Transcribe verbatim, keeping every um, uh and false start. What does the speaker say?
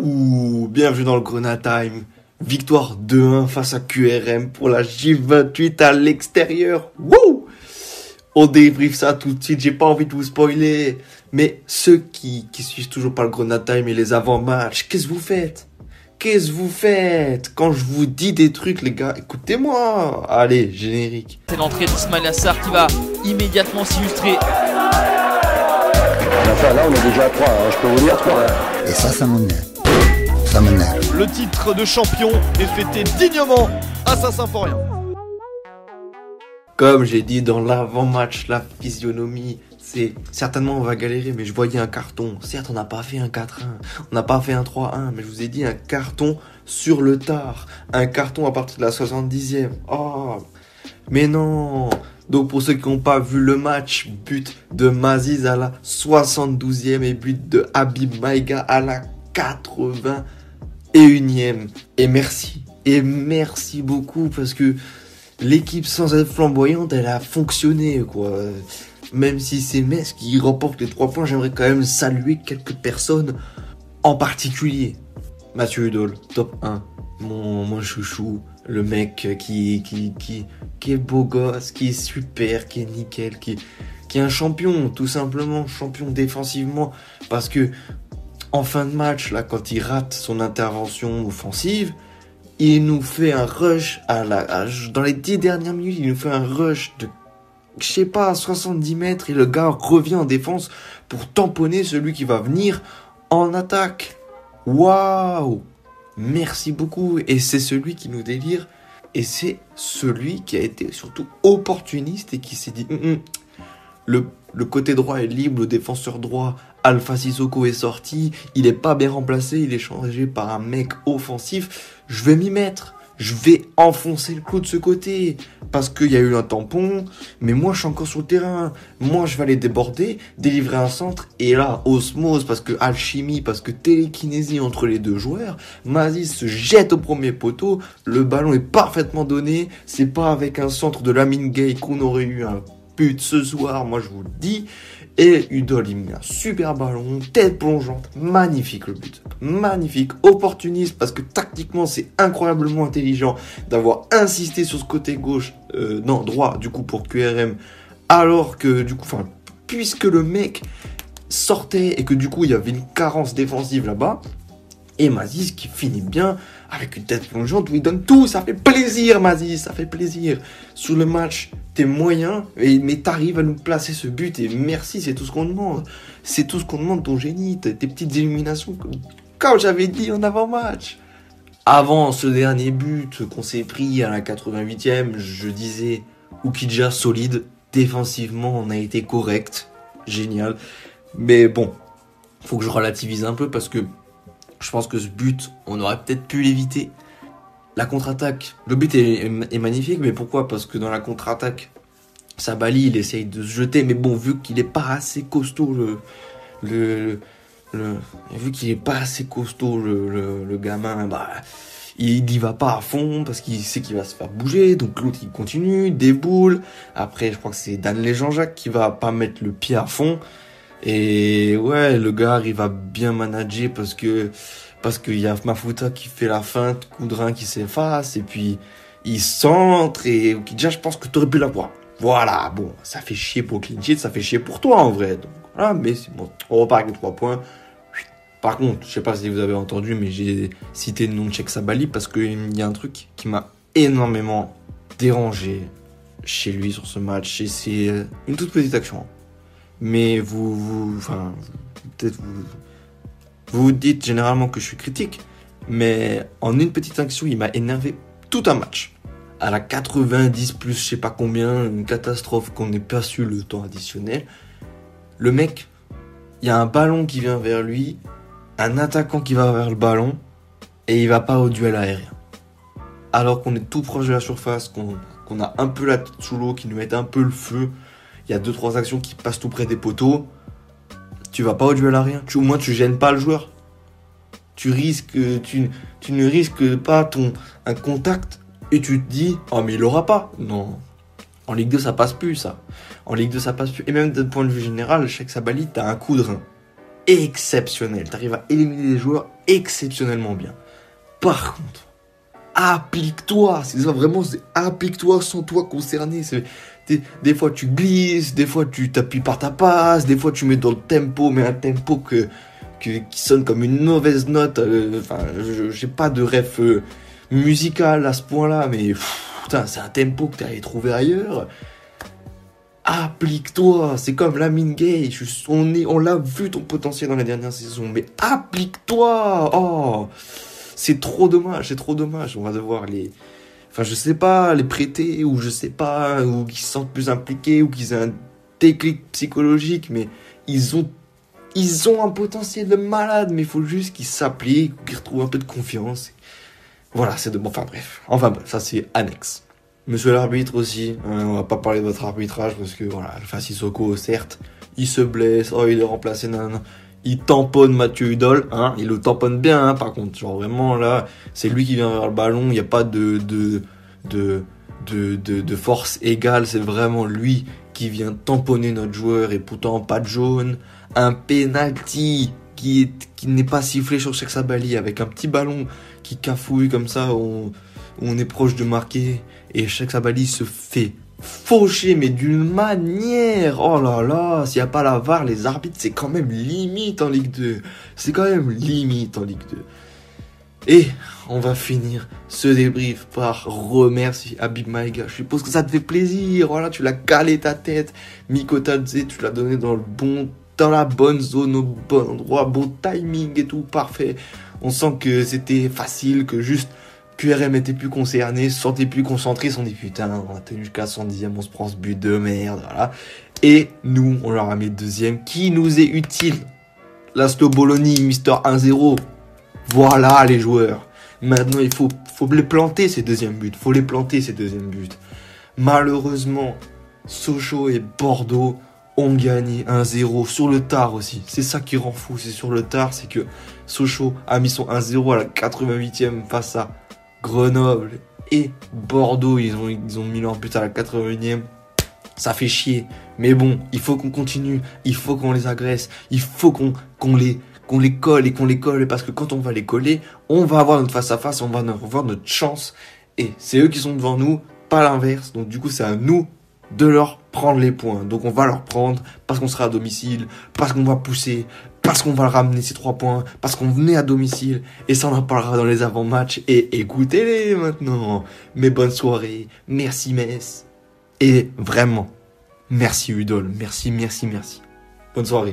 Wouh! Bienvenue dans le Grenade Time. Victoire deux un face à Q R M pour la J vingt-huit à l'extérieur. Wouh! On débriefe ça tout de suite, j'ai pas envie de vous spoiler. Mais ceux qui, qui suivent toujours pas le Grenade Time et les avant-matchs, qu'est-ce que vous faites? Qu'est-ce que vous faites? Quand je vous dis des trucs, les gars, écoutez-moi. Allez, générique. C'est l'entrée d'Ismail Assar qui va immédiatement s'illustrer. Enfin, là, on est déjà à trois, hein, je peux vous dire trois. Et ça, ça m'énerve. Ça m'énerve. Le titre de champion est fêté dignement à Saint-Symphorien. Comme j'ai dit dans l'avant-match, la physionomie, c'est certainement on va galérer, mais je voyais un carton. Certes, on n'a pas fait un quatre un, on n'a pas fait un trois un, mais je vous ai dit un carton sur le tard. Un carton à partir de la soixante-dixième. Oh, mais non. Donc pour ceux qui n'ont pas vu le match, but de Maziz à la soixante-douzième et but de Habib Maïga à la quatre-vingt-unième. Et merci, et merci beaucoup parce que l'équipe sans être flamboyante, elle a fonctionné quoi. Même si c'est Metz qui remporte les trois points, j'aimerais quand même saluer quelques personnes en particulier. Mathieu Hudol, top un, mon, mon chouchou. Le mec qui, qui, qui, qui est beau gosse, qui est super, qui est nickel, qui, qui est un champion, tout simplement, champion défensivement. Parce que, en fin de match, là, quand il rate son intervention offensive, il nous fait un rush à la, à, dans les dix dernières minutes, il nous fait un rush de, je sais pas, soixante-dix mètres et le gars revient en défense pour tamponner celui qui va venir en attaque. Waouh! Merci beaucoup. Et c'est celui qui nous délire. Et c'est celui qui a été surtout opportuniste et qui s'est dit mm -mm, le, le côté droit est libre, le défenseur droit Alpha Sissoko est sorti, il est pas bien remplacé, il est changé par un mec offensif. Je vais m'y mettre. Je vais enfoncer le clou de ce côté. Parce qu'il y a eu un tampon. Mais moi, je suis encore sur le terrain. Moi, je vais aller déborder, délivrer un centre. Et là, osmose, parce que alchimie, parce que télékinésie entre les deux joueurs. Maziz se jette au premier poteau. Le ballon est parfaitement donné. C'est pas avec un centre de Lamine Gueye qu'on aurait eu un but ce soir. Moi, je vous le dis. Et Hudol, il met un super ballon, tête plongeante, magnifique le but, magnifique, opportuniste parce que tactiquement c'est incroyablement intelligent d'avoir insisté sur ce côté gauche, euh, non droit du coup pour Q R M, alors que du coup, enfin puisque le mec sortait et que du coup il y avait une carence défensive là-bas, et Maziz qui finit bien avec une tête plongeante où il donne tout, ça fait plaisir Maziz, ça fait plaisir. Sur le match, t'es moyen, mais t'arrives à nous placer ce but et merci, c'est tout ce qu'on demande. C'est tout ce qu'on demande, ton génie, tes petites illuminations, comme j'avais dit en avant-match. Avant ce dernier but qu'on s'est pris à la quatre-vingt-huitième, je disais Oukidja solide, défensivement on a été correct, génial. Mais bon, faut que je relativise un peu parce que je pense que ce but, on aurait peut-être pu l'éviter. La contre-attaque, le but est, est, est magnifique, mais pourquoi? Parce que dans la contre-attaque, Sabali, il essaye de se jeter, mais bon, vu qu'il est pas assez costaud, le, le, le vu qu'il est pas assez costaud, le, le, le gamin, bah, il n'y va pas à fond parce qu'il sait qu'il va se faire bouger. Donc l'autre, il continue, déboule. Après, je crois que c'est Dan Jean-Jacques qui va pas mettre le pied à fond. Et ouais, le gars, il va bien manager parce que parce qu'il y a Mafuta qui fait la feinte, Koudrin qui s'efface, et puis il centre, et Oukidja, je pense que tu aurais pu l'avoir. Voilà, bon, ça fait chier pour clean sheet, ça fait chier pour toi en vrai. Donc voilà, mais c'est bon, on repart avec les trois points. Par contre, je sais pas si vous avez entendu, mais j'ai cité le nom de Cheikh Sabali parce qu'il y a un truc qui m'a énormément dérangé chez lui sur ce match, et c'est une toute petite action. Mais vous, vous, enfin, peut-être vous, vous vous dites généralement que je suis critique, mais en une petite action, il m'a énervé tout un match. À la quatre-vingt-dix plus, je sais pas combien, une catastrophe qu'on n'ait pas su le temps additionnel. Le mec, il y a un ballon qui vient vers lui, un attaquant qui va vers le ballon, et il va pas au duel aérien. Alors qu'on est tout proche de la surface, qu'on, qu'on a un peu la tête sous l'eau, qui nous met un peu le feu. Il y a deux trois actions qui passent tout près des poteaux. Tu vas pas au duel aérien. Tu, au moins, tu gênes pas le joueur. Tu risques, tu, tu ne risques pas ton, un contact et tu te dis, oh, mais il l'aura pas. Non. En Ligue deux, ça passe plus, ça. En Ligue deux, ça passe plus. Et même d'un point de vue général, Cheikh Sabali, t'as un coup de rein. exceptionnel. T'arrives à éliminer les joueurs exceptionnellement bien. Par contre, applique-toi. C'est ça, vraiment, c'est applique-toi sans toi concerné. C'est, des, des fois, tu glisses, des fois, tu t'appuies par ta passe, des fois, tu mets dans le tempo, mais un tempo que, que, qui sonne comme une mauvaise note. Enfin, euh, j'ai pas de ref euh, musical à ce point-là, mais pff, putain, c'est un tempo que t'allais trouver ailleurs. Applique-toi, c'est comme Lamine Gueye, je, on, est, on l'a vu ton potentiel dans la dernière saison, mais applique-toi. Oh, c'est trop dommage, c'est trop dommage. On va devoir les, enfin je sais pas, les prêter ou je sais pas, ou qu'ils se sentent plus impliqués ou qu'ils aient un déclic psychologique, mais ils ont, ils ont un potentiel de malade, mais il faut juste qu'ils s'appliquent, qu'ils retrouvent un peu de confiance. Voilà, c'est de bon. Enfin bref, enfin bref, ça c'est annexe. Monsieur l'arbitre aussi, hein, on va pas parler de votre arbitrage parce que voilà, enfin Sissoko certes, il se blesse, oh il est remplacé, nan, nan. Il tamponne Mathieu Hudol, hein, il le tamponne bien, hein, par contre, genre vraiment là, c'est lui qui vient vers le ballon, il n'y a pas de de, de de de de force égale, c'est vraiment lui qui vient tamponner notre joueur et pourtant pas de jaune, un penalty qui est qui n'est pas sifflé sur Cheikh Sabali avec un petit ballon qui cafouille comme ça, on on est proche de marquer et Cheikh Sabali se fait faucher mais d'une manière, oh là là, s'il n'y a pas la V A R, les arbitres c'est quand même limite en Ligue deux, c'est quand même limite en Ligue deux. Et on va finir ce débrief par remercier Habib Maïga. Je suppose que ça te fait plaisir, voilà, tu l'as calé ta tête, Mikotadze, tu l'as donné dans le bon, dans la bonne zone, au bon endroit, bon timing et tout, parfait. On sent que c'était facile, que juste Q R M était plus concerné, se sentait plus concentré, on dit putain, on a tenu jusqu'à cent dixième, on se prend ce but de merde, voilà. Et nous, on leur a mis le deuxième, qui nous est utile. L'Asto Bologna, Mister un zéro. Voilà les joueurs. Maintenant, il faut, faut les planter ces deuxièmes buts, faut les planter ces deuxièmes buts. Malheureusement, Sochaux et Bordeaux ont gagné un zéro sur le tard aussi. C'est ça qui rend fou, c'est sur le tard, c'est que Sochaux a mis son un zéro à la quatre-vingt-huitième face à Grenoble et Bordeaux, ils ont, ils ont mis leur but à la quatre-vingt-unième. Ça fait chier. Mais bon, il faut qu'on continue. Il faut qu'on les agresse. Il faut qu'on, qu'on les, qu'on les colle et qu'on les colle. Parce que quand on va les coller, on va avoir notre face à face, on va avoir notre chance. Et c'est eux qui sont devant nous, pas l'inverse. Donc du coup, c'est à nous de leur prendre les points. Donc on va leur prendre parce qu'on sera à domicile, parce qu'on va pousser, parce qu'on va ramener ces trois points, parce qu'on venait à domicile, et ça on en parlera dans les avant-matchs, et écoutez-les maintenant. Mais bonne soirée, merci Metz, et vraiment, merci Hudol, merci, merci, merci. Bonne soirée.